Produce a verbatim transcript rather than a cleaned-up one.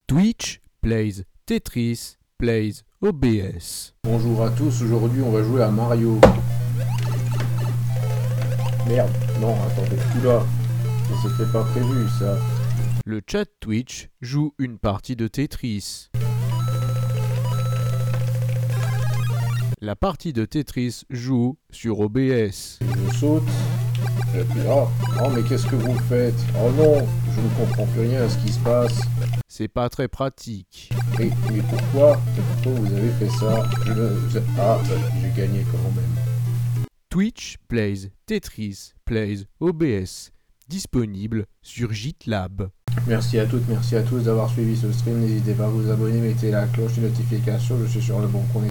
Twitch plays Tetris plays O B S. Bonjour à tous, aujourd'hui on va jouer à Mario. Merde, non, attendez, oula, ça c'était pas prévu ça. Le chat Twitch joue une partie de Tetris. La partie de Tetris joue sur O B S. Je saute, j'appuie, oh, oh mais qu'est-ce que vous faites? Oh non, je ne comprends plus rien à ce qui se passe. C'est pas très pratique. Mais, mais pourquoi? Pourquoi vous avez fait ça? Je ne... Ah, bah, j'ai gagné quand même. Twitch plays Tetris plays O B S. Disponible sur GitLab. Merci à toutes, merci à tous d'avoir suivi ce stream. N'hésitez pas à vous abonner, mettez la cloche de notification. Je suis sur le bon compte.